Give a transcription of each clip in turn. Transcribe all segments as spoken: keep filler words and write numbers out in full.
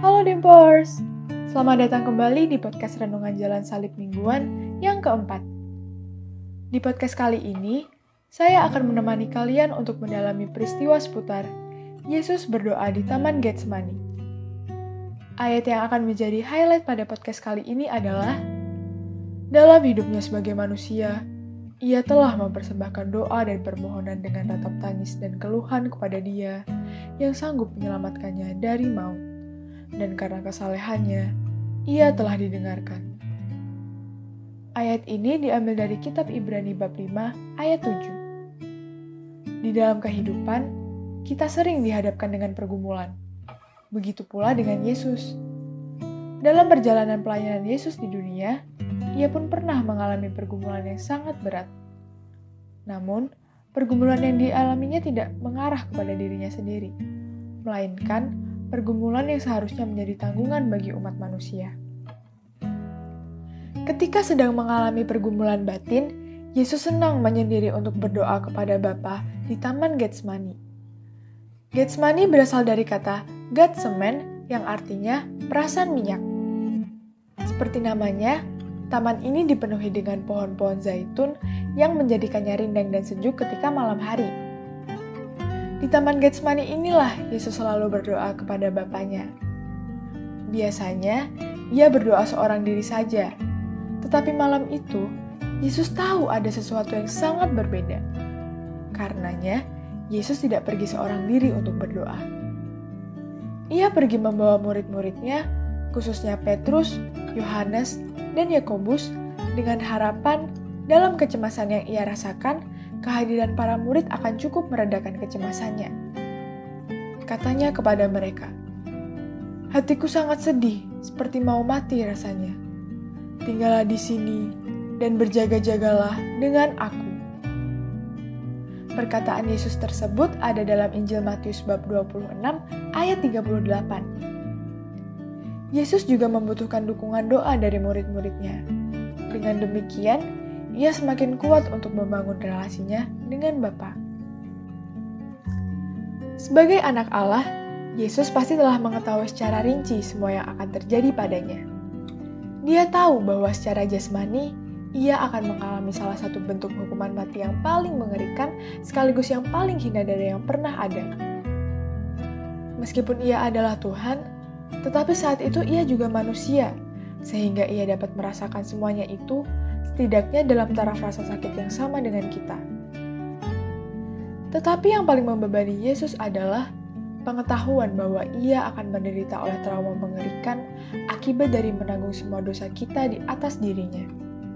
Halo Dempers, selamat datang kembali di podcast Renungan Jalan Salib Mingguan yang keempat. Di podcast kali ini, saya akan menemani kalian untuk mendalami peristiwa seputar Yesus berdoa di Taman Getsemani. Ayat yang akan menjadi highlight pada podcast kali ini adalah, dalam hidupnya sebagai manusia, ia telah mempersembahkan doa dan permohonan dengan ratap tangis dan keluhan kepada Dia yang sanggup menyelamatkannya dari maut. Dan karena kesalehannya, ia telah didengarkan. Ayat ini diambil dari kitab Ibrani bab lima ayat tujuh. Di dalam kehidupan, kita sering dihadapkan dengan pergumulan. Begitu pula dengan Yesus. Dalam perjalanan pelayanan Yesus di dunia, ia pun pernah mengalami pergumulan yang sangat berat. Namun, pergumulan yang dialaminya tidak mengarah kepada dirinya sendiri, melainkan pergumulan yang seharusnya menjadi tanggungan bagi umat manusia. Ketika sedang mengalami pergumulan batin, Yesus senang menyendiri untuk berdoa kepada Bapa di Taman Getsemani. Getsemani berasal dari kata Getsemen yang artinya perasan minyak. Seperti namanya, taman ini dipenuhi dengan pohon-pohon zaitun yang menjadikannya rindang dan sejuk ketika malam hari. Di Taman Getsemani inilah Yesus selalu berdoa kepada Bapanya. Biasanya, ia berdoa seorang diri saja. Tetapi malam itu, Yesus tahu ada sesuatu yang sangat berbeda. Karenanya, Yesus tidak pergi seorang diri untuk berdoa. Ia pergi membawa murid-muridnya, khususnya Petrus, Yohanes, dan Yakobus, dengan harapan dalam kecemasan yang ia rasakan, kehadiran para murid akan cukup meredakan kecemasannya. Katanya kepada mereka, "Hatiku sangat sedih, seperti mau mati rasanya. Tinggallah di sini dan berjaga-jagalah dengan aku." Perkataan Yesus tersebut ada dalam Injil Matius bab dua puluh enam ayat tiga puluh delapan. Yesus juga membutuhkan dukungan doa dari murid-muridnya. Dengan demikian, ia semakin kuat untuk membangun relasinya dengan Bapa. Sebagai anak Allah, Yesus pasti telah mengetahui secara rinci semua yang akan terjadi padanya. Dia tahu bahwa secara jasmani, ia akan mengalami salah satu bentuk hukuman mati yang paling mengerikan sekaligus yang paling hina dari yang pernah ada. Meskipun ia adalah Tuhan, tetapi saat itu ia juga manusia, sehingga ia dapat merasakan semuanya itu setidaknya dalam taraf rasa sakit yang sama dengan kita. Tetapi yang paling membebani Yesus adalah pengetahuan bahwa ia akan menderita oleh trauma mengerikan akibat dari menanggung semua dosa kita di atas dirinya.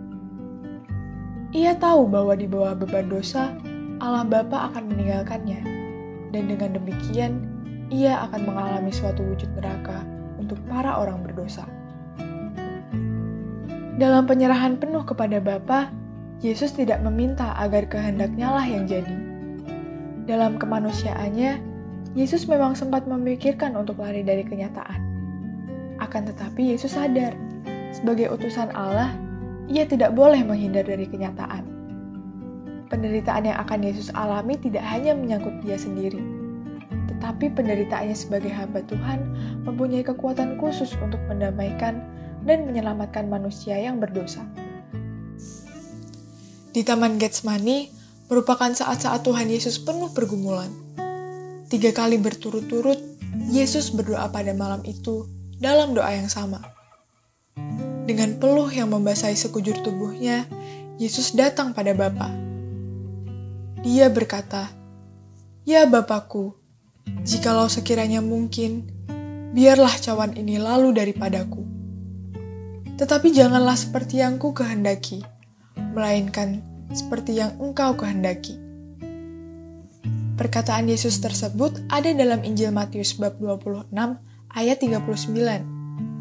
Ia tahu bahwa di bawah beban dosa, Allah Bapa akan meninggalkannya, dan dengan demikian, ia akan mengalami suatu wujud neraka untuk para orang berdosa. Dalam penyerahan penuh kepada Bapa, Yesus tidak meminta agar kehendaknya lah yang jadi. Dalam kemanusiaannya, Yesus memang sempat memikirkan untuk lari dari kenyataan. Akan tetapi Yesus sadar, sebagai utusan Allah, ia tidak boleh menghindar dari kenyataan. Penderitaan yang akan Yesus alami tidak hanya menyangkut dia sendiri, tetapi penderitaannya sebagai hamba Tuhan mempunyai kekuatan khusus untuk mendamaikan dan menyelamatkan manusia yang berdosa. Di Taman Getsemani merupakan saat-saat Tuhan Yesus penuh pergumulan. Tiga kali berturut-turut, Yesus berdoa pada malam itu dalam doa yang sama. Dengan peluh yang membasahi sekujur tubuhnya, Yesus datang pada Bapa. Dia berkata, "Ya Bapakku, jikalau sekiranya mungkin, biarlah cawan ini lalu daripadaku. Tetapi janganlah seperti yang ku kehendaki, melainkan seperti yang Engkau kehendaki." Perkataan Yesus tersebut ada dalam Injil Matius bab dua puluh enam ayat tiga puluh sembilan.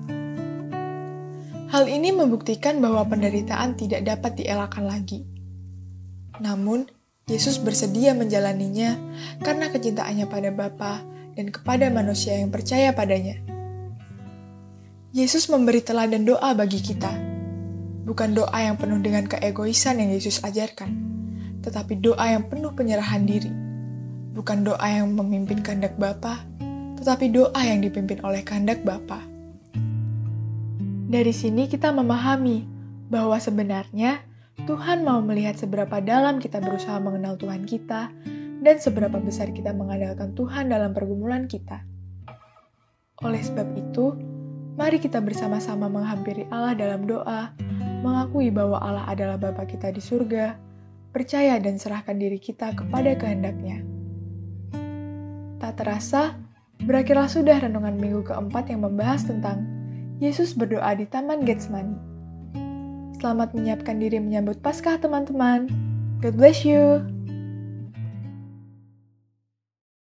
Hal ini membuktikan bahwa penderitaan tidak dapat dielakkan lagi. Namun, Yesus bersedia menjalaninya karena kecintaannya pada Bapa dan kepada manusia yang percaya padanya. Yesus memberi teladan doa bagi kita. Bukan doa yang penuh dengan keegoisan yang Yesus ajarkan, tetapi doa yang penuh penyerahan diri. Bukan doa yang memimpin kehendak Bapa, tetapi doa yang dipimpin oleh kehendak Bapa. Dari sini kita memahami bahwa sebenarnya Tuhan mau melihat seberapa dalam kita berusaha mengenal Tuhan kita dan seberapa besar kita mengandalkan Tuhan dalam pergumulan kita. Oleh sebab itu, mari kita bersama-sama menghampiri Allah dalam doa, mengakui bahwa Allah adalah Bapa kita di surga, percaya dan serahkan diri kita kepada kehendak-Nya. Tak terasa, berakhirlah sudah renungan minggu keempat yang membahas tentang Yesus berdoa di Taman Getsemani. Selamat menyiapkan diri menyambut Paskah teman-teman. God bless you.